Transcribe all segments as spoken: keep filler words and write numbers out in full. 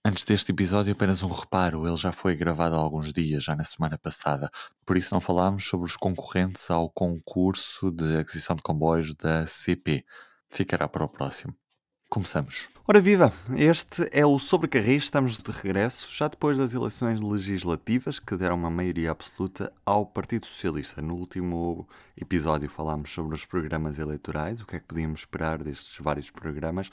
Antes deste episódio, apenas um reparo, ele já foi gravado há alguns dias, já na semana passada, por isso não falámos sobre os concorrentes ao concurso de aquisição de comboios da C P. Ficará para o próximo. Começamos. Ora viva! Este é o Sobrecarris, estamos de regresso, já depois das eleições legislativas que deram uma maioria absoluta ao Partido Socialista. No último episódio falámos sobre os programas eleitorais, o que é que podíamos esperar destes vários programas,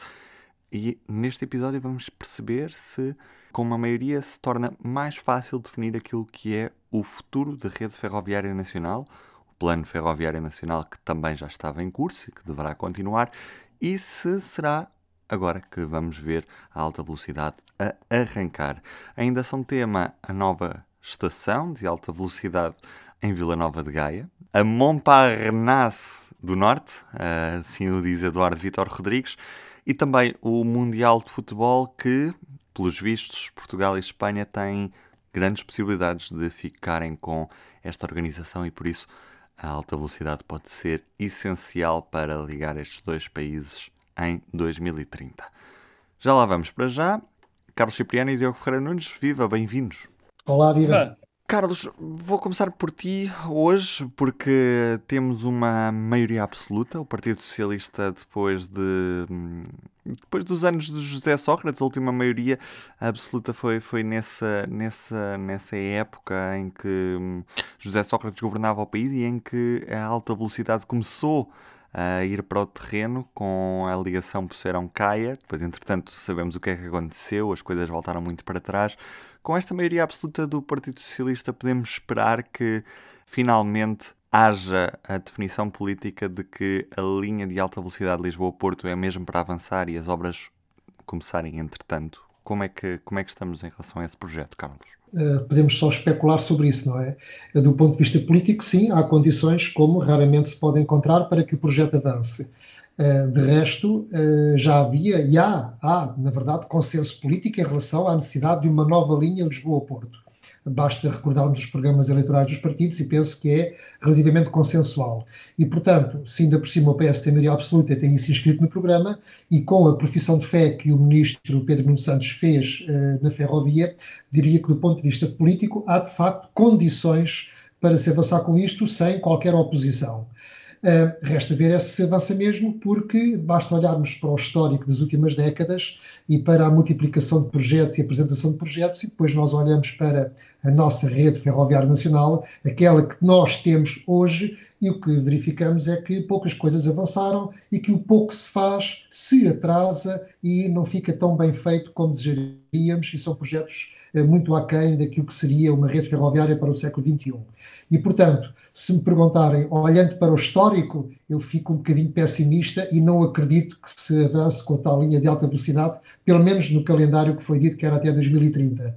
e neste episódio vamos perceber se, com uma maioria, se torna mais fácil definir aquilo que é o futuro da rede ferroviária nacional, o plano ferroviário nacional que também já estava em curso e que deverá continuar, e se será agora que vamos ver a alta velocidade a arrancar. Ainda são tema a nova estação de alta velocidade em Vila Nova de Gaia, a Montparnasse do Norte, assim o diz Eduardo Vítor Rodrigues, e também o Mundial de Futebol que, pelos vistos, Portugal e Espanha têm grandes possibilidades de ficarem com esta organização e por isso a alta velocidade pode ser essencial para ligar estes dois países em dois mil e trinta. Já lá vamos para já. Carlos Cipriano e Diogo Ferreira Nunes, viva, bem-vindos. Olá, viva. Carlos, vou começar por ti hoje porque temos uma maioria absoluta. O Partido Socialista, depois de depois dos anos de José Sócrates, a última maioria absoluta foi, foi nessa, nessa, nessa época em que José Sócrates governava o país e em que a alta velocidade começou a ir para o terreno com a ligação Poceirão-Caia. Depois, entretanto, sabemos o que é que aconteceu, as coisas voltaram muito para trás. Com esta maioria absoluta do Partido Socialista, podemos esperar que finalmente haja a definição política de que a linha de alta velocidade Lisboa-Porto é mesmo para avançar e as obras começarem entretanto. Como é que, como é que estamos em relação a esse projeto, Carlos? Uh, podemos só especular sobre isso, não é? Do ponto de vista político, sim, há condições como raramente se pode encontrar para que o projeto avance. Uh, de resto, uh, já havia e há, há, na verdade, consenso político em relação à necessidade de uma nova linha Lisboa-Porto. Basta recordarmos os programas eleitorais dos partidos e penso que é relativamente consensual. E, portanto, se ainda por cima o P S tem maioria absoluta e tem isso inscrito no programa, e com a profissão de fé que o ministro Pedro Nuno Santos fez uh, na ferrovia, diria que do ponto de vista político há de facto condições para se avançar com isto sem qualquer oposição. Uh, resta ver é se se avança mesmo, porque basta olharmos para o histórico das últimas décadas e para a multiplicação de projetos e apresentação de projetos, e depois nós olhamos para a nossa rede ferroviária nacional, aquela que nós temos hoje, e o que verificamos é que poucas coisas avançaram e que o pouco se faz se atrasa e não fica tão bem feito como desejaríamos, e são projetos uh, muito aquém daquilo que seria uma rede ferroviária para o século vinte e um. E, portanto, se me perguntarem, olhando para o histórico, eu fico um bocadinho pessimista e não acredito que se avance com a tal linha de alta velocidade, pelo menos no calendário que foi dito que era até dois mil e trinta.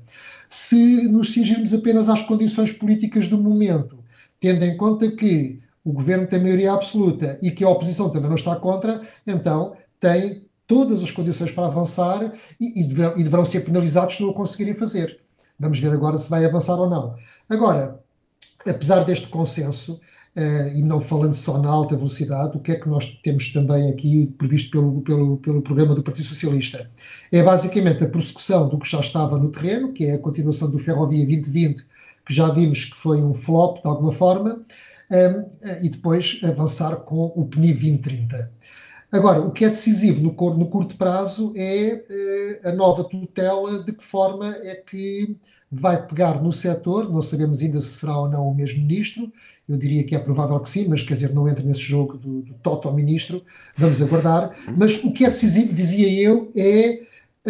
Se nos cingirmos apenas às condições políticas do momento, tendo em conta que o governo tem maioria absoluta e que a oposição também não está contra, então tem todas as condições para avançar e, e, deverão, e deverão ser penalizados se não o conseguirem fazer. Vamos ver agora se vai avançar ou não. Agora, apesar deste consenso, uh, e não falando só na alta velocidade, o que é que nós temos também aqui previsto pelo, pelo, pelo programa do Partido Socialista? É basicamente a prossecução do que já estava no terreno, que é a continuação do Ferrovia vinte vinte, que já vimos que foi um flop de alguma forma, um, e depois avançar com o P N I vinte trinta. Agora, o que é decisivo no, no curto prazo é uh, a nova tutela, de que forma é que vai pegar no setor. Não sabemos ainda se será ou não o mesmo ministro, eu diria que é provável que sim, mas quer dizer, não entra nesse jogo do, do Toto ministro, vamos aguardar. Mas o que é decisivo, dizia eu, é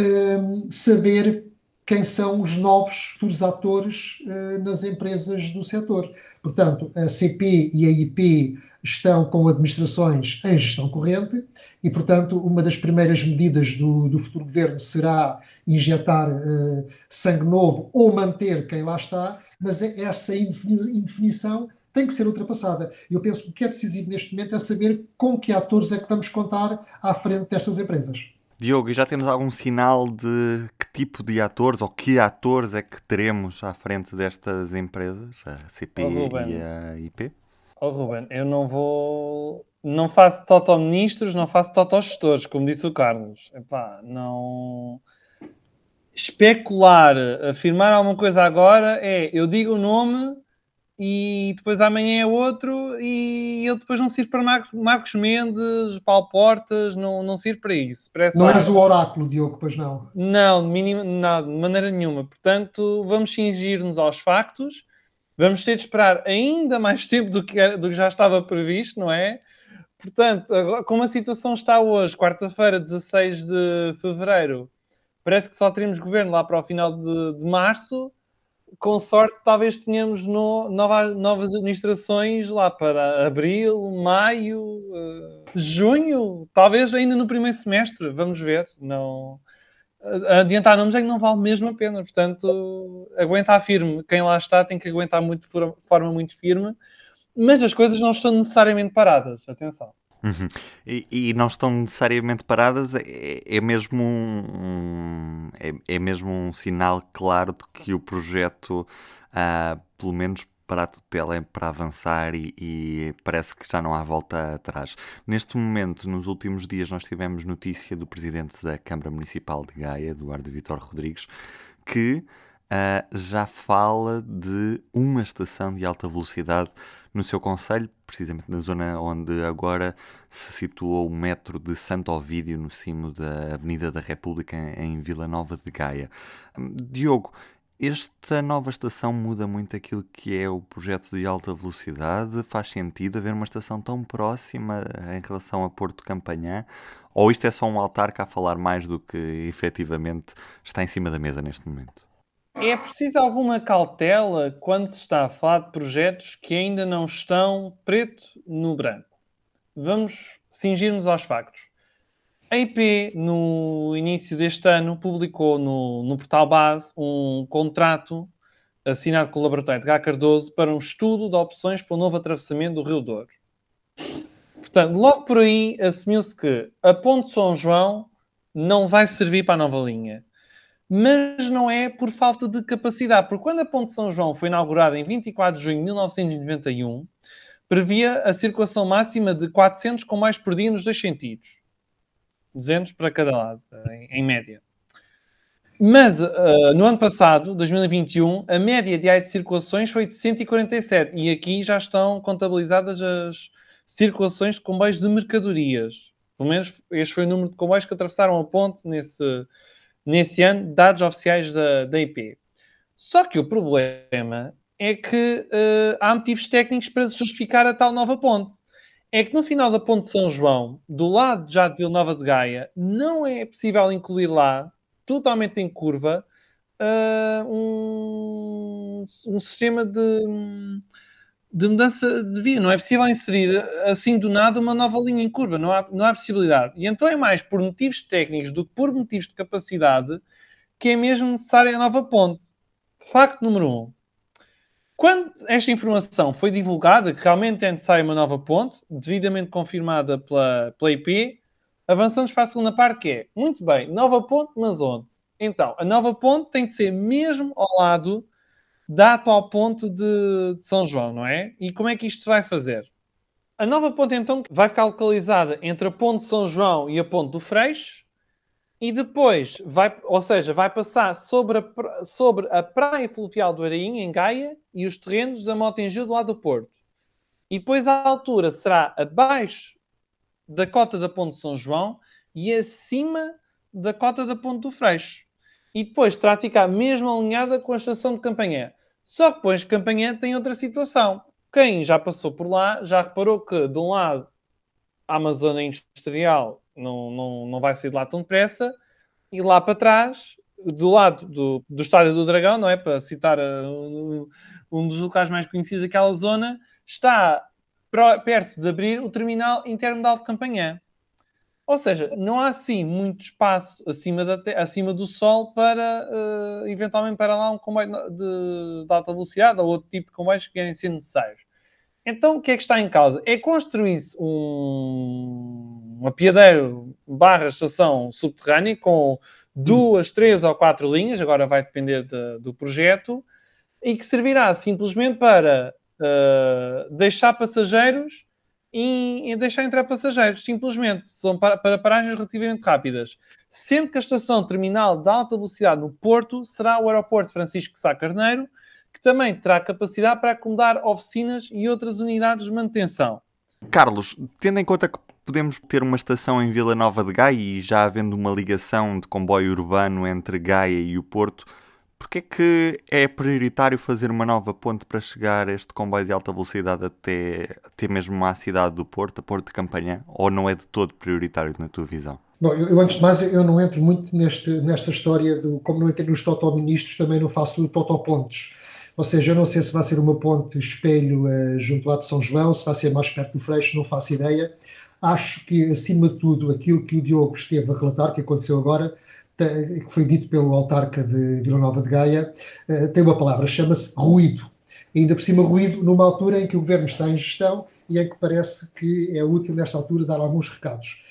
um, saber quem são os novos futuros atores uh, nas empresas do setor. Portanto, a C P e a I P estão com administrações em gestão corrente e, portanto, uma das primeiras medidas do, do futuro governo será injetar uh, sangue novo ou manter quem lá está, mas essa indefinição tem que ser ultrapassada. Eu penso que o que é decisivo neste momento é saber com que atores é que vamos contar à frente destas empresas. Diogo, e já temos algum sinal de que tipo de atores ou que atores é que teremos à frente destas empresas, a C P Oh, e a I P? Oh, Ruben, eu não vou... Não faço toto-ministros, não faço toto-gestores, como disse o Carlos. Epá, não... especular, afirmar alguma coisa agora é, eu digo o nome e depois amanhã é outro e ele depois não serve para Marcos, Marcos Mendes, Paulo Portas, não, não serve para isso. Parece Não lá- és o oráculo, Diogo, pois não. Não, de, mínima, não, de maneira nenhuma. Portanto, vamos cingir-nos aos factos. Vamos ter de esperar ainda mais tempo do que, era- do que já estava previsto, não é? Portanto, agora, como a situação está hoje, quarta-feira, dezasseis de fevereiro, parece que só teremos governo lá para o final de, de março. Com sorte, talvez tenhamos no, nova, novas administrações lá para abril, maio, uh, junho, talvez ainda no primeiro semestre. Vamos ver. Não... Adiantar nomes é que não vale mesmo a pena. Portanto, aguentar firme. Quem lá está tem que aguentar muito, de forma muito firme. Mas as coisas não estão necessariamente paradas. Atenção. Uhum. E, e não estão necessariamente paradas, é, é mesmo um, é, é mesmo um sinal claro de que o projeto, ah, pelo menos para a tutela, é para avançar e, e parece que já não há volta atrás. Neste momento, nos últimos dias, nós tivemos notícia do presidente da Câmara Municipal de Gaia, Eduardo Vitor Rodrigues, que ah, já fala de uma estação de alta velocidade no seu concelho, precisamente na zona onde agora se situa o metro de Santo Ovídio, no cimo da Avenida da República, em Vila Nova de Gaia. Hum, Diogo, esta nova estação muda muito aquilo que é o projeto de alta velocidade? Faz sentido haver uma estação tão próxima em relação a Porto Campanhã? Ou isto é só um autarca a falar mais do que efetivamente está em cima da mesa neste momento? É preciso alguma cautela quando se está a falar de projetos que ainda não estão preto no branco. Vamos cingir-nos aos factos. A I P, no início deste ano, publicou no, no portal base um contrato assinado com o laboratório de Gá Cardoso para um estudo de opções para o novo atravessamento do Rio Douro. Portanto, logo por aí assumiu-se que a Ponte São João não vai servir para a nova linha. Mas não é por falta de capacidade, porque quando a Ponte São João foi inaugurada em vinte e quatro de junho de mil novecentos e noventa e um, previa a circulação máxima de quatrocentos comboios por dia nos dois sentidos. duzentos para cada lado, em, em média. Mas uh, no ano passado, dois mil e vinte e um, a média diária de circulações foi de cento e quarenta e sete e aqui já estão contabilizadas as circulações de comboios de mercadorias. Pelo menos este foi o número de comboios que atravessaram a ponte nesse, nesse ano, dados oficiais da, da I P. Só que o problema é que uh, há motivos técnicos para justificar a tal nova ponte. É que no final da ponte de São João, do lado já de Vila Nova de Gaia, não é possível incluir lá, totalmente em curva, uh, um, um sistema de, de mudança de via. Não é possível inserir assim do nada uma nova linha em curva. Não há, não há possibilidade. E então é mais por motivos técnicos do que por motivos de capacidade que é mesmo necessária a nova ponte. Facto número um. Quando esta informação foi divulgada, que realmente é necessária uma nova ponte, devidamente confirmada pela, pela I P, avançamos para a segunda parte, que é, muito bem, nova ponte, mas onde? Então, a nova ponte tem de ser mesmo ao lado da atual ponte de, de São João, não é? E como é que isto se vai fazer? A nova ponte, então, vai ficar localizada entre a ponte de São João e a ponte do Freixo, e depois, vai, ou seja, vai passar sobre a, sobre a praia fluvial do Araim, em Gaia, e os terrenos da Motengil do lado do Porto. E depois a altura será abaixo da cota da Ponte de São João e acima da cota da Ponte do Freixo. E depois terá de ficar mesmo alinhada com a estação de Campanhã. Só que depois Campanhã tem outra situação. Quem já passou por lá já reparou que, de um lado, há uma zona industrial, não, não, não vai sair de lá tão depressa, e lá para trás, do lado do, do Estádio do Dragão, não é? Para citar uh, um dos locais mais conhecidos daquela zona, está pro, perto de abrir o terminal intermodal de Campanhã. Ou seja, não há assim muito espaço acima, da, acima do sol para, uh, eventualmente, para lá um comboio de, de alta velocidade ou outro tipo de comboios que querem ser necessários. Então, o que é que está em causa? É construir-se um, um apiadeiro barra estação subterrânea com duas, três ou quatro linhas, agora vai depender de, do projeto, e que servirá simplesmente para uh, deixar passageiros e, e deixar entrar passageiros. Simplesmente, são para, para paragens relativamente rápidas. sendo que a estação terminal de alta velocidade no Porto será o aeroporto Francisco Sá Carneiro, que também terá capacidade para acomodar oficinas e outras unidades de manutenção. Carlos, tendo em conta que podemos ter uma estação em Vila Nova de Gaia e já havendo uma ligação de comboio urbano entre Gaia e o Porto, porquê é que é prioritário fazer uma nova ponte para chegar este comboio de alta velocidade até, até mesmo à cidade do Porto, a Porto de Campanhã, ou não é de todo prioritário na tua visão? Bom, eu, eu, antes de mais, eu não entro muito neste, nesta história, do, como não entro nos totoministros, também não faço totopontes. Ou seja, eu não sei se vai ser uma ponte espelho uh, junto lá de São João, se vai ser mais perto do Freixo, não faço ideia. Acho que, acima de tudo, aquilo que o Diogo esteve a relatar, que aconteceu agora, que foi dito pelo autarca de Vila Nova de Gaia, uh, tem uma palavra, chama-se ruído. E ainda por cima ruído numa altura em que o governo está em gestão e em que parece que é útil nesta altura dar alguns recados.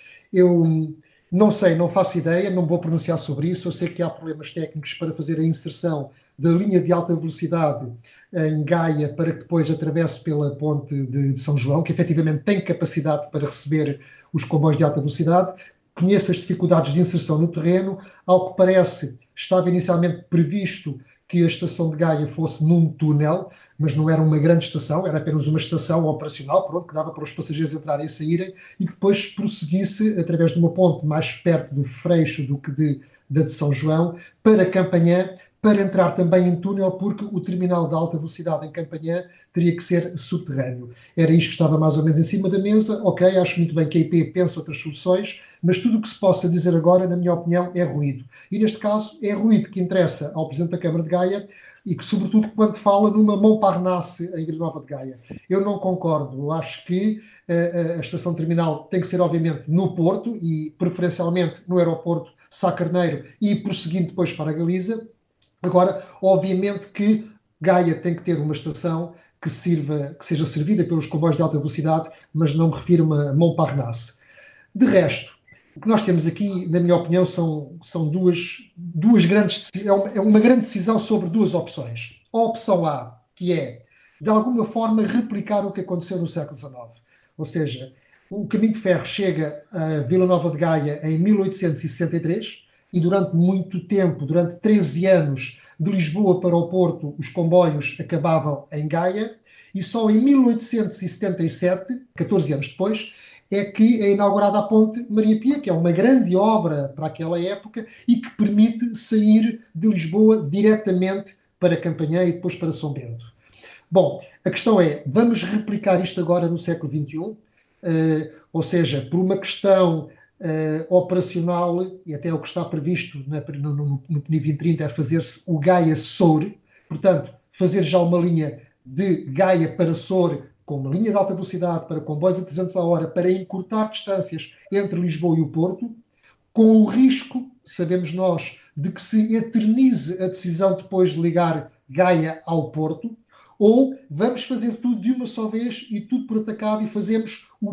Eu não sei, não faço ideia, não vou pronunciar sobre isso, eu sei que há problemas técnicos para fazer a inserção da linha de alta velocidade em Gaia para que depois atravesse pela ponte de, de São João, que efetivamente tem capacidade para receber os comboios de alta velocidade. Conheço as dificuldades de inserção no terreno. Ao que parece, estava inicialmente previsto que a estação de Gaia fosse num túnel, mas não era uma grande estação, era apenas uma estação operacional, pronto, que dava para os passageiros entrarem e saírem, e que depois prosseguisse através de uma ponte mais perto do Freixo do que de, da de São João, para Campanhã, para entrar também em túnel, porque o terminal de alta velocidade em Campanhã teria que ser subterrâneo. Era isto que estava mais ou menos em cima da mesa. Ok, acho muito bem que a I P pensa outras soluções, mas tudo o que se possa dizer agora, na minha opinião, é ruído. E neste caso, é ruído que interessa ao Presidente da Câmara de Gaia e que, sobretudo, quando fala numa Montparnasse em Vila Nova de Gaia. Eu não concordo. Eu acho que uh, a estação terminal tem que ser, obviamente, no Porto e, preferencialmente, no aeroporto Sá Carneiro e prosseguindo depois para a Galiza. Agora, obviamente que Gaia tem que ter uma estação que, sirva, que seja servida pelos comboios de alta velocidade, mas não me refiro a Montparnasse. De resto, o que nós temos aqui, na minha opinião, são, são duas, duas grandes, é uma, é uma grande decisão sobre duas opções. A opção A, que é, de alguma forma, replicar o que aconteceu no século dezenove. Ou seja, o caminho de ferro chega a Vila Nova de Gaia em mil oitocentos e sessenta e três, e durante muito tempo, durante treze anos, de Lisboa para o Porto, os comboios acabavam em Gaia, e só em mil oitocentos e setenta e sete, catorze anos depois, é que é inaugurada a Ponte Maria Pia, que é uma grande obra para aquela época e que permite sair de Lisboa diretamente para Campanhã e depois para São Bento. Bom, a questão é, vamos replicar isto agora no século vinte e um? Uh, ou seja, por uma questão uh, operacional, e até o que está previsto na, no, no, no P N I vinte trinta é fazer-se o Gaia-Soure, portanto, fazer já uma linha de Gaia para Soure, com uma linha de alta velocidade para comboios a trezentos a hora, para encurtar distâncias entre Lisboa e o Porto, com o risco, sabemos nós, de que se eternize a decisão depois de ligar Gaia ao Porto, ou vamos fazer tudo de uma só vez e tudo por atacado e fazemos o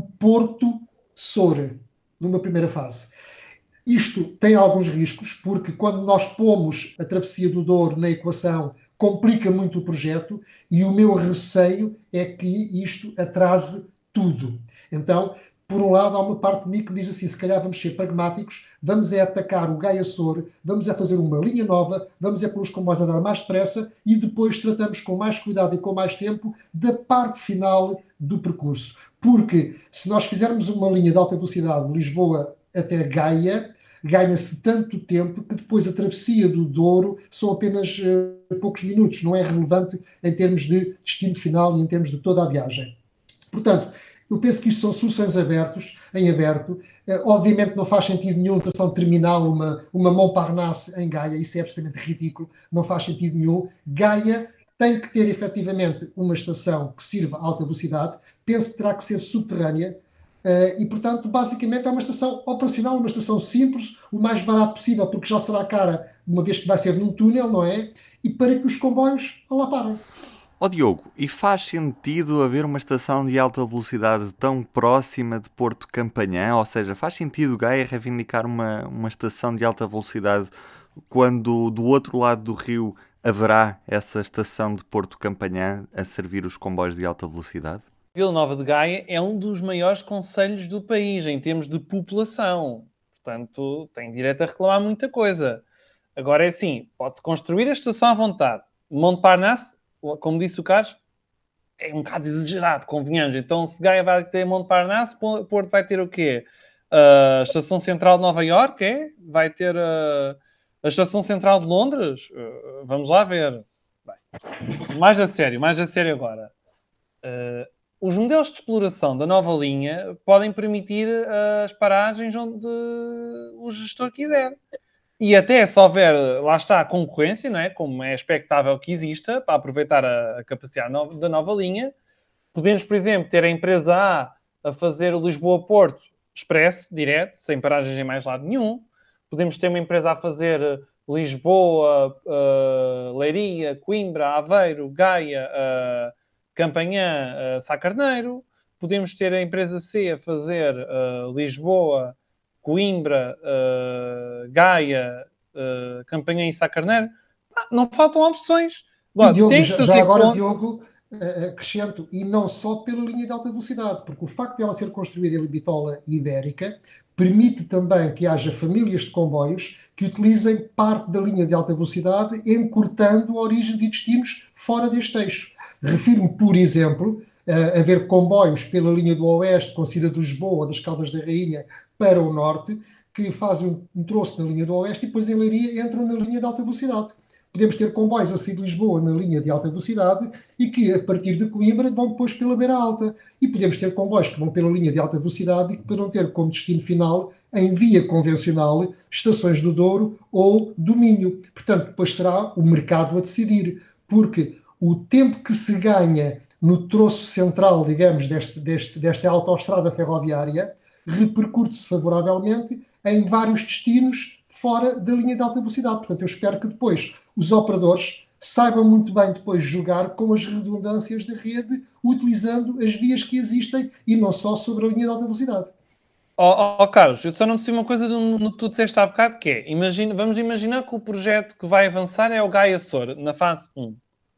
Porto-Soure, numa primeira fase. Isto tem alguns riscos, porque quando nós pomos a travessia do Douro na equação, complica muito o projeto e o meu receio é que isto atrase tudo. Então, por um lado, há uma parte de mim que diz assim, se calhar vamos ser pragmáticos, vamos é atacar o Gaia-Soure, vamos é fazer uma linha nova, vamos é pôr os comboios a dar mais depressa e depois tratamos com mais cuidado e com mais tempo da parte final do percurso. Porque se nós fizermos uma linha de alta velocidade de Lisboa até Gaia, ganha-se tanto tempo que depois a travessia do Douro são apenas uh, poucos minutos, não é relevante em termos de destino final e em termos de toda a viagem. Portanto, eu penso que isto são soluções abertos, em aberto. Uh, obviamente não faz sentido nenhum uma estação terminal, uma, uma Montparnasse em Gaia, isso é absolutamente ridículo, não faz sentido nenhum. Gaia tem que ter efetivamente uma estação que sirva a alta velocidade, penso que terá que ser subterrânea, Uh, e, portanto, basicamente é uma estação operacional, uma estação simples, o mais barato possível, porque já será cara, uma vez que vai ser num túnel, não é? E para que os comboios lá parem. Ó Diogo, e faz sentido haver uma estação de alta velocidade tão próxima de Porto Campanhã? Ou seja, faz sentido Gaia reivindicar uma, uma estação de alta velocidade quando do outro lado do rio haverá essa estação de Porto Campanhã a servir os comboios de alta velocidade? Vila Nova de Gaia é um dos maiores concelhos do país em termos de população. portanto tem direito a reclamar muita coisa. Agora é assim, pode-se construir a estação à vontade. Montparnasse, como disse o Carlos, é um bocado exagerado, convenhamos. Então, se Gaia vai ter Montparnasse, Porto vai ter o quê? A Estação Central de Nova Iorque, é? Vai ter a, a Estação Central de Londres? Uh, vamos lá ver. Bem, mais a sério, mais a sério agora. Uh, os modelos de exploração da nova linha podem permitir as paragens onde o gestor quiser. E até se houver, lá está, a concorrência, não é? Como é expectável que exista, para aproveitar a, a capacidade no, da nova linha, podemos, por exemplo, ter a empresa A a fazer o Lisboa-Porto expresso, direto, sem paragens em mais lado nenhum. Podemos ter uma empresa a fazer Lisboa, uh, Leiria, Coimbra, Aveiro, Gaia, uh, Campanhã, uh, Sá Carneiro. Podemos ter a empresa C a fazer uh, Lisboa, Coimbra, uh, Gaia, uh, Campanhã e Sá Carneiro. Ah, não faltam opções. Bom, Diogo, já, já agora, ponto... Diogo, uh, acrescento, e não só pela linha de alta velocidade, porque o facto de ela ser construída em bitola ibérica permite também que haja famílias de comboios que utilizem parte da linha de alta velocidade, encurtando origens e destinos fora deste eixo. Refiro-me, por exemplo, a haver comboios pela linha do Oeste, com a saída de Lisboa, das Caldas da Rainha, para o Norte, que fazem um troço na linha do Oeste e depois em Leiria entram na linha de alta velocidade. Podemos ter comboios a sair de Lisboa na linha de alta velocidade e que, a partir de Coimbra, vão depois pela Beira Alta. E podemos ter comboios que vão pela linha de alta velocidade e que poderão ter como destino final, em via convencional, estações do Douro ou do Minho. Portanto, depois será o mercado a decidir, porque o tempo que se ganha no troço central, digamos, deste, deste, desta autoestrada ferroviária, repercute-se favoravelmente em vários destinos fora da linha de alta velocidade. Portanto, eu espero que depois os operadores saibam muito bem depois jogar com as redundâncias da rede, utilizando as vias que existem e não só sobre a linha de alta velocidade. Ó oh, oh, Carlos, eu só não percebi uma coisa no, no que tu disseste há bocado, que é, imagina, vamos imaginar que o projeto que vai avançar é o Gaia Sor, na fase um.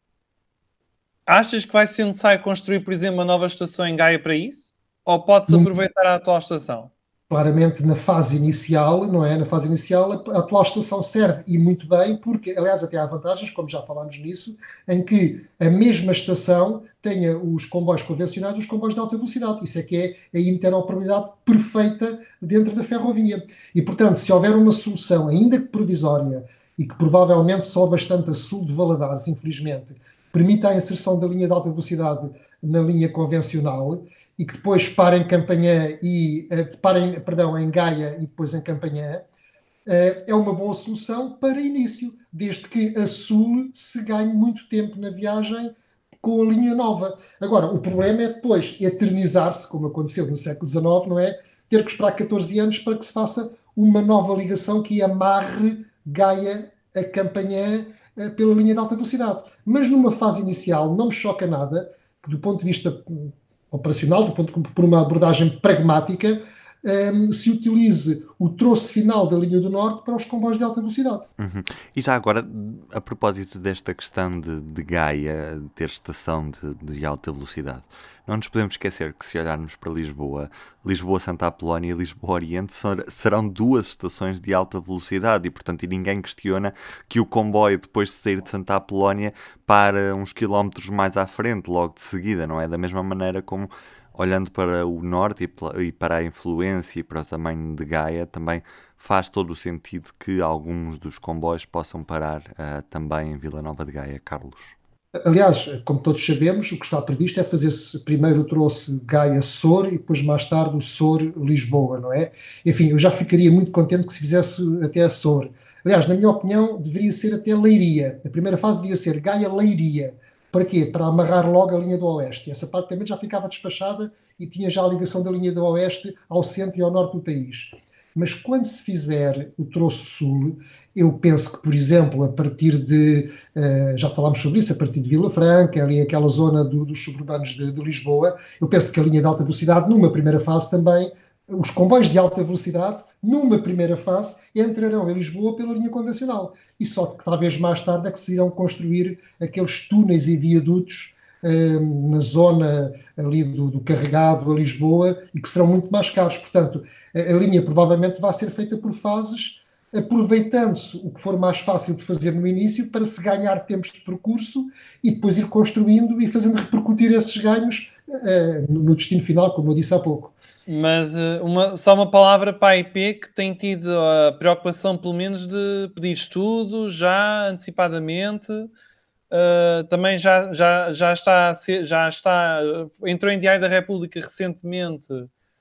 Achas que vai ser necessário construir, por exemplo, uma nova estação em Gaia para isso? Ou pode-se aproveitar a atual estação? Claramente, na fase inicial, não é? Na fase inicial, a atual estação serve e muito bem, porque, aliás, até há vantagens, como já falámos nisso, em que a mesma estação tenha os comboios convencionais e os comboios de alta velocidade. Isso é que é a interoperabilidade perfeita dentro da ferrovia. E, portanto, se houver uma solução, ainda que provisória, e que provavelmente só bastante a sul de Valadares, infelizmente, permita a inserção da linha de alta velocidade na linha convencional, e que depois parem em Campanhã e uh, parem, perdão, em Gaia e depois em Campanhã, uh, é uma boa solução para início, desde que a sul se ganhe muito tempo na viagem com a linha nova. Agora, o problema é depois eternizar-se, como aconteceu no século dezenove, não é? Ter que esperar catorze anos para que se faça uma nova ligação que amarre Gaia a Campanhã uh, pela linha de alta velocidade. Mas numa fase inicial não me choca nada, que do ponto de vista operacional, do ponto, por uma abordagem pragmática, um, se utilize o troço final da linha do Norte para os comboios de alta velocidade. Uhum. E já agora, a propósito desta questão de, de Gaia ter estação de, de alta velocidade, não nos podemos esquecer que, se olharmos para Lisboa, Lisboa-Santa Apolónia e Lisboa-Oriente serão duas estações de alta velocidade e, portanto, e ninguém questiona que o comboio, depois de sair de Santa Apolónia, para uns quilómetros mais à frente, logo de seguida, não é? Da mesma maneira como, olhando para o norte e para a influência e para o tamanho de Gaia, também faz todo o sentido que alguns dos comboios possam parar uh, também em Vila Nova de Gaia. Carlos? Aliás, como todos sabemos, o que está previsto é fazer-se primeiro o troço Gaia-Sor e depois mais tarde o Sor-Lisboa, não é? Enfim, eu já ficaria muito contente que se fizesse até a Sor. Aliás, na minha opinião, deveria ser até Leiria. A primeira fase devia ser Gaia-Leiria. Para quê? Para amarrar logo a linha do Oeste. Essa parte também já ficava despachada e tinha já a ligação da linha do Oeste ao centro e ao norte do país. Mas quando se fizer o troço sul, eu penso que, por exemplo, a partir de, uh, já falámos sobre isso, a partir de Vila Franca, ali aquela zona do, dos suburbanos de, de Lisboa, eu penso que a linha de alta velocidade, numa primeira fase também, os comboios de alta velocidade, numa primeira fase, entrarão em Lisboa pela linha convencional. E só que talvez mais tarde é que se irão construir aqueles túneis e viadutos na zona ali do, do Carregado a Lisboa e que serão muito mais caros. Portanto, a, a linha provavelmente vai ser feita por fases, aproveitando-se o que for mais fácil de fazer no início para se ganhar tempos de percurso e depois ir construindo e fazendo repercutir esses ganhos uh, no destino final, como eu disse há pouco. Mas uh, uma, só uma palavra para a I P que tem tido a preocupação, pelo menos, de pedir estudo já antecipadamente. Uh, também já, já, já, está, já está. Entrou em Diário da República recentemente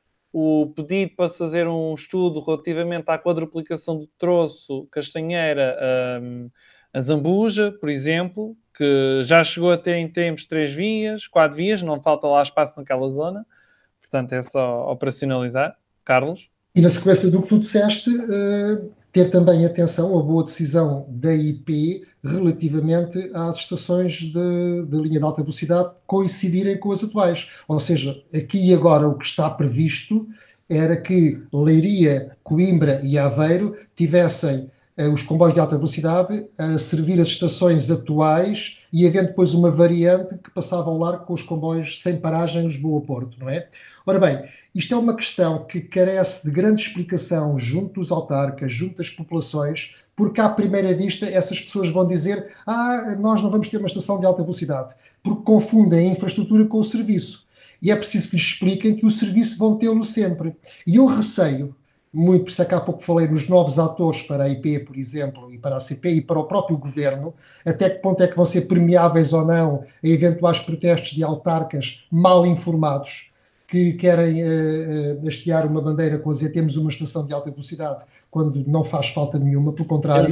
o pedido para se fazer um estudo relativamente à quadruplicação do troço Castanheira um, a Zambuja, por exemplo, que já chegou a ter em tempos três vias, quatro vias, não falta lá espaço naquela zona. Portanto, é só operacionalizar. Carlos? E na sequência do que tu disseste, uh, ter também atenção à boa decisão da I P relativamente às estações de, de linha de alta velocidade coincidirem com as atuais. Ou seja, aqui e agora o que está previsto era que Leiria, Coimbra e Aveiro tivessem uh, os comboios de alta velocidade a servir as estações atuais e havendo depois uma variante que passava ao largo com os comboios sem paragem Lisboa-Porto, não é? Ora bem, isto é uma questão que carece de grande explicação junto dos autarcas, junto das populações, porque à primeira vista essas pessoas vão dizer ah, nós não vamos ter uma estação de alta velocidade, porque confundem a infraestrutura com o serviço. E é preciso que lhes expliquem que o serviço vão tê-lo sempre. E eu receio, muito, por isso é que há pouco falei nos novos atores para a I P, por exemplo, e para a C P e para o próprio governo, até que ponto é que vão ser permeáveis ou não a eventuais protestos de autarcas mal informados, que querem uh, uh, hastear uma bandeira com a dizer temos uma estação de alta velocidade, quando não faz falta nenhuma, pelo contrário,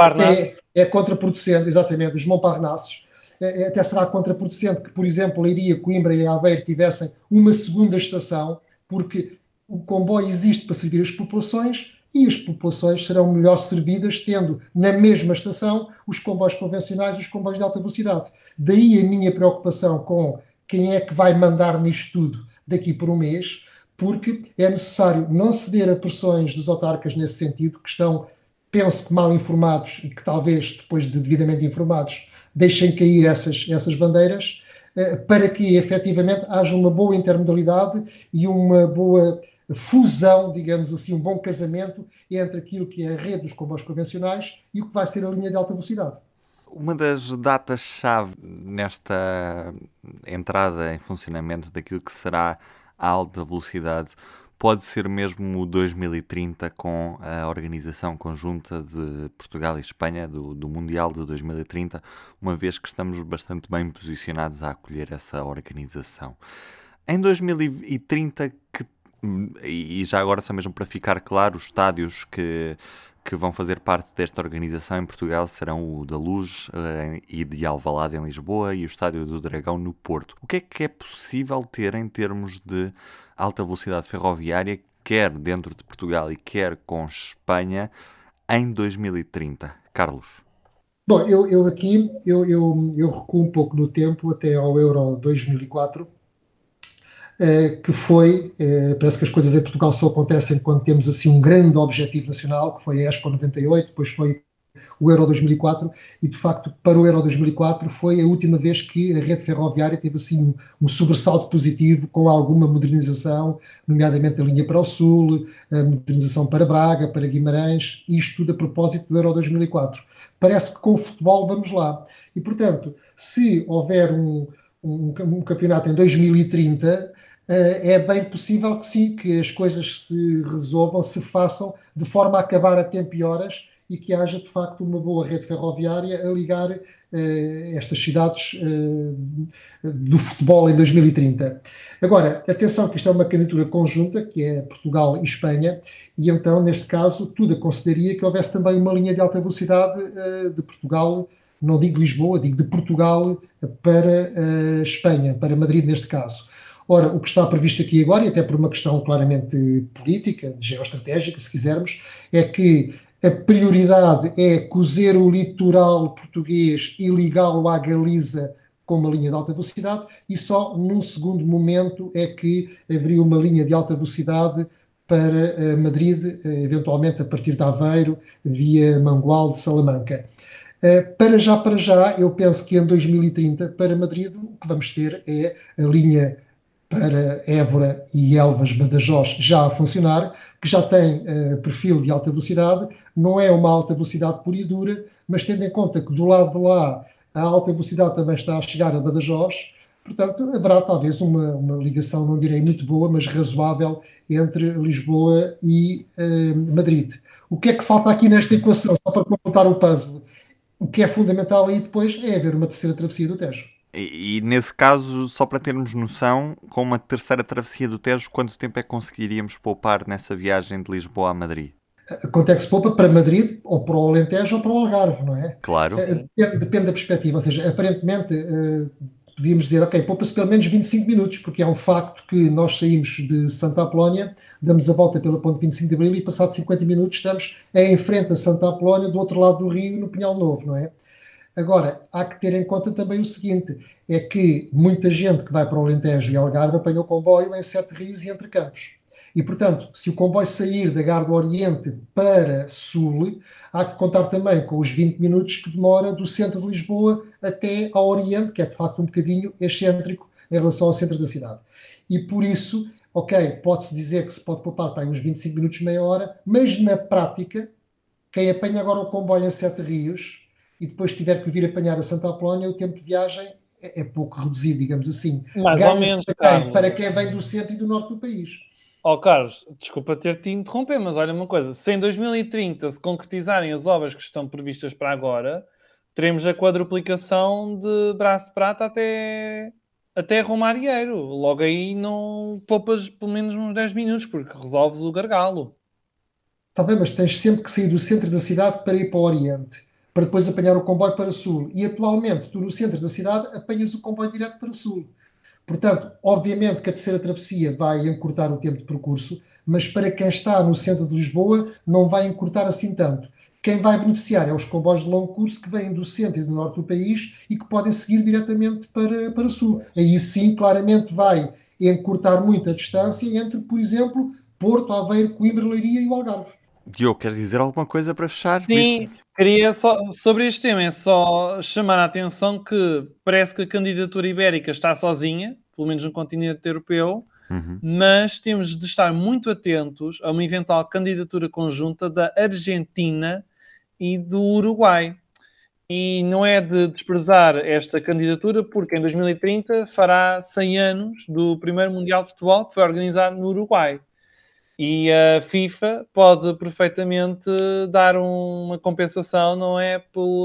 é, é contraproducente, exatamente, os Montparnasses, é, até será contraproducente que, por exemplo, Leiria, Coimbra e Aveiro tivessem uma segunda estação, porque o comboio existe para servir as populações e as populações serão melhor servidas tendo na mesma estação os comboios convencionais e os comboios de alta velocidade. Daí a minha preocupação com quem é que vai mandar nisto tudo daqui por um mês, porque é necessário não ceder a pressões dos autarcas nesse sentido, que estão, penso que mal informados e que talvez, depois de devidamente informados, deixem cair essas, essas bandeiras, para que efetivamente haja uma boa intermodalidade e uma boa fusão, digamos assim, um bom casamento entre aquilo que é a rede dos comboios convencionais e o que vai ser a linha de alta velocidade. Uma das datas-chave nesta entrada em funcionamento daquilo que será a alta velocidade pode ser mesmo o dois mil e trinta, com a organização conjunta de Portugal e Espanha do, do Mundial de dois mil e trinta, uma vez que estamos bastante bem posicionados a acolher essa organização. Em dois mil e trinta, que, e já agora só mesmo para ficar claro, os estádios que... que vão fazer parte desta organização em Portugal serão o da Luz uh, e de Alvalade em Lisboa e o Estádio do Dragão no Porto. O que é que é possível ter em termos de alta velocidade ferroviária, quer dentro de Portugal e quer com Espanha, em dois mil e trinta? Carlos? Bom, eu, eu aqui eu, eu, eu recuo um pouco no tempo até ao Euro dois mil e quatro, que foi, parece que as coisas em Portugal só acontecem quando temos assim um grande objetivo nacional, que foi a Expo noventa e oito, depois foi o Euro dois mil e quatro, e de facto para o Euro dois mil e quatro foi a última vez que a rede ferroviária teve assim um, um sobressalto positivo, com alguma modernização, nomeadamente a linha para o Sul, a modernização para Braga, para Guimarães, isto tudo a propósito do Euro dois mil e quatro. Parece que com o futebol vamos lá. E portanto, se houver um, um, um campeonato em dois mil e trinta, Uh, é bem possível que sim, que as coisas se resolvam, se façam de forma a acabar a tempo e horas e que haja de facto uma boa rede ferroviária a ligar uh, estas cidades uh, do futebol em dois mil e trinta. Agora, atenção que isto é uma candidatura conjunta, que é Portugal e Espanha, e então neste caso tudo aconselharia que houvesse também uma linha de alta velocidade uh, de Portugal, não digo Lisboa, digo de Portugal para uh, Espanha, para Madrid neste caso. Ora, o que está previsto aqui agora, e até por uma questão claramente política, geoestratégica, se quisermos, é que a prioridade é cozer o litoral português e ligá-lo à Galiza com uma linha de alta velocidade, e só num segundo momento é que haveria uma linha de alta velocidade para Madrid, eventualmente a partir de Aveiro, via Mangualde, Salamanca. Uh, para já, para já, eu penso que em dois mil e trinta, para Madrid, o que vamos ter é a linha para Évora e Elvas, Badajoz, já a funcionar, que já tem uh, perfil de alta velocidade, não é uma alta velocidade pura e dura, mas tendo em conta que do lado de lá a alta velocidade também está a chegar a Badajoz, portanto haverá talvez uma, uma ligação, não direi muito boa, mas razoável entre Lisboa e uh, Madrid. O que é que falta aqui nesta equação, só para completar o puzzle? O que é fundamental aí depois é haver uma terceira travessia do Tejo. E, e nesse caso, só para termos noção, com uma terceira travessia do Tejo, quanto tempo é que conseguiríamos poupar nessa viagem de Lisboa a Madrid? Quanto é que se poupa para Madrid, ou para o Alentejo, ou para o Algarve, não é? Claro. Depende, depende da perspectiva. Ou seja, aparentemente, uh, podíamos dizer, ok, poupa-se pelo menos vinte e cinco minutos, porque é um facto que nós saímos de Santa Apolónia, damos a volta pela ponte vinte e cinco de Abril e, passados cinquenta minutos, estamos em frente a Santa Apolónia, do outro lado do rio, no Pinhal Novo, não é? Agora, há que ter em conta também o seguinte, é que muita gente que vai para o Alentejo e Algarve apanha o comboio em Sete Rios e Entre Campos. E, portanto, se o comboio sair da Gare do Oriente para Sul, há que contar também com os vinte minutos que demora do centro de Lisboa até ao Oriente, que é de facto um bocadinho excêntrico em relação ao centro da cidade. E por isso, ok, pode-se dizer que se pode poupar para aí uns vinte e cinco minutos, meia hora, mas na prática, quem apanha agora o comboio em Sete Rios e depois tiver que vir apanhar a Santa Apolónia, o tempo de viagem é, é pouco reduzido, digamos assim. Mais ou Ganha-se menos, para Carlos. quem? Para quem vem do centro e do norte do país. Ó Carlos, desculpa ter-te interromper, mas olha uma coisa, se em dois mil e trinta se concretizarem as obras que estão previstas para agora, teremos a quadruplicação de Braço de Prata até, até Romarieiro. Logo aí não poupas pelo menos uns dez minutos, porque resolves o gargalo. Está bem, mas tens sempre que sair do centro da cidade para ir para o Oriente, para depois apanhar o comboio para o Sul. E atualmente, tu no centro da cidade apanhas o comboio direto para o Sul. Portanto, obviamente que a terceira travessia vai encurtar o tempo de percurso, mas para quem está no centro de Lisboa não vai encurtar assim tanto. Quem vai beneficiar é os comboios de longo curso que vêm do centro e do norte do país e que podem seguir diretamente para, para o sul. Aí sim, claramente vai encurtar muito a distância entre, por exemplo, Porto, Aveiro, Coimbra, Leiria e o Algarve. Diogo, queres dizer alguma coisa para fechar? Sim, queria só, sobre este tema, é só chamar a atenção que parece que a candidatura ibérica está sozinha, pelo menos no continente europeu, Uhum. mas temos de estar muito atentos a uma eventual candidatura conjunta da Argentina e do Uruguai. E não é de desprezar esta candidatura, porque em dois mil e trinta fará cem anos do primeiro Mundial de Futebol que foi organizado no Uruguai. E a FIFA pode perfeitamente dar uma compensação, não é?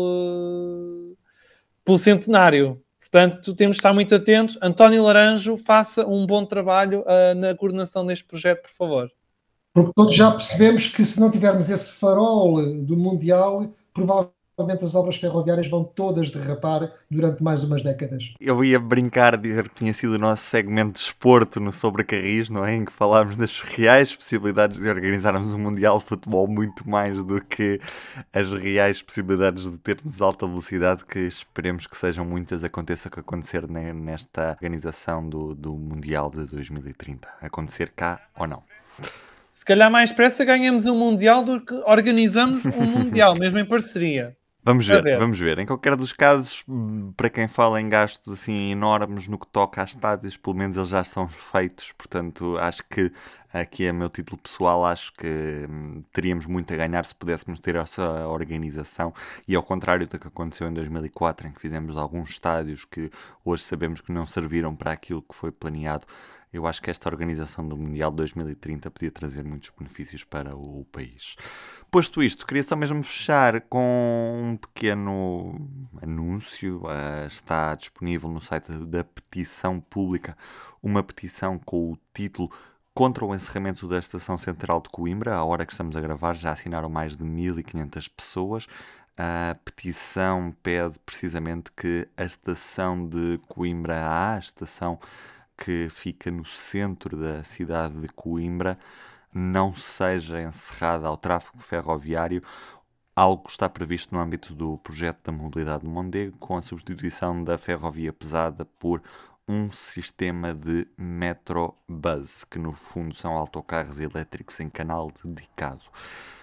Pelo, pelo centenário. Portanto, temos de estar muito atentos. António Laranjo, faça um bom trabalho uh, na coordenação deste projeto, por favor. Porque todos já percebemos que se não tivermos esse farol do Mundial, provavelmente as obras ferroviárias vão todas derrapar durante mais umas décadas. Eu ia brincar a dizer que tinha sido o nosso segmento de desporto no Sobre Carris, não é? Em que falámos das reais possibilidades de organizarmos um Mundial de Futebol muito mais do que as reais possibilidades de termos alta velocidade, que esperemos que sejam muitas, aconteça o que acontecer nesta organização do, do Mundial de dois mil e trinta. Acontecer cá ou não. Se calhar mais pressa ganhamos um Mundial do que organizamos um Mundial, mesmo em parceria. Vamos ver, ver, vamos ver. Em qualquer dos casos, para quem fala em gastos assim enormes no que toca a estádios, pelo menos eles já são feitos, portanto acho que aqui é meu título pessoal, acho que hum, teríamos muito a ganhar se pudéssemos ter essa organização, e ao contrário do que aconteceu em dois mil e quatro, em que fizemos alguns estádios que hoje sabemos que não serviram para aquilo que foi planeado. Eu acho que esta organização do Mundial de dois mil e trinta podia trazer muitos benefícios para o país. Posto isto, queria só mesmo fechar com um pequeno anúncio. Uh, está disponível no site da Petição Pública uma petição com o título Contra o encerramento da Estação Central de Coimbra. À hora que estamos a gravar já assinaram mais de mil e quinhentas pessoas. A petição pede precisamente que a estação de Coimbra A, a estação que fica no centro da cidade de Coimbra, não seja encerrada ao tráfego ferroviário, algo que está previsto no âmbito do projeto da mobilidade de Mondego, com a substituição da ferrovia pesada por um sistema de Metrobus, que no fundo são autocarros elétricos em canal dedicado.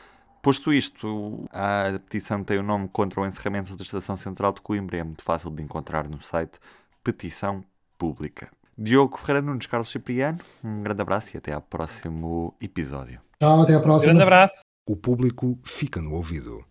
Posto isto, a petição tem o nome contra o encerramento da Estação Central de Coimbra. É muito fácil de encontrar no site Petição Pública. Diogo Ferreira Nunes, Carlos Cipriano, um grande abraço e até ao próximo episódio. Tchau, até à próxima. Grande abraço. O público fica no ouvido.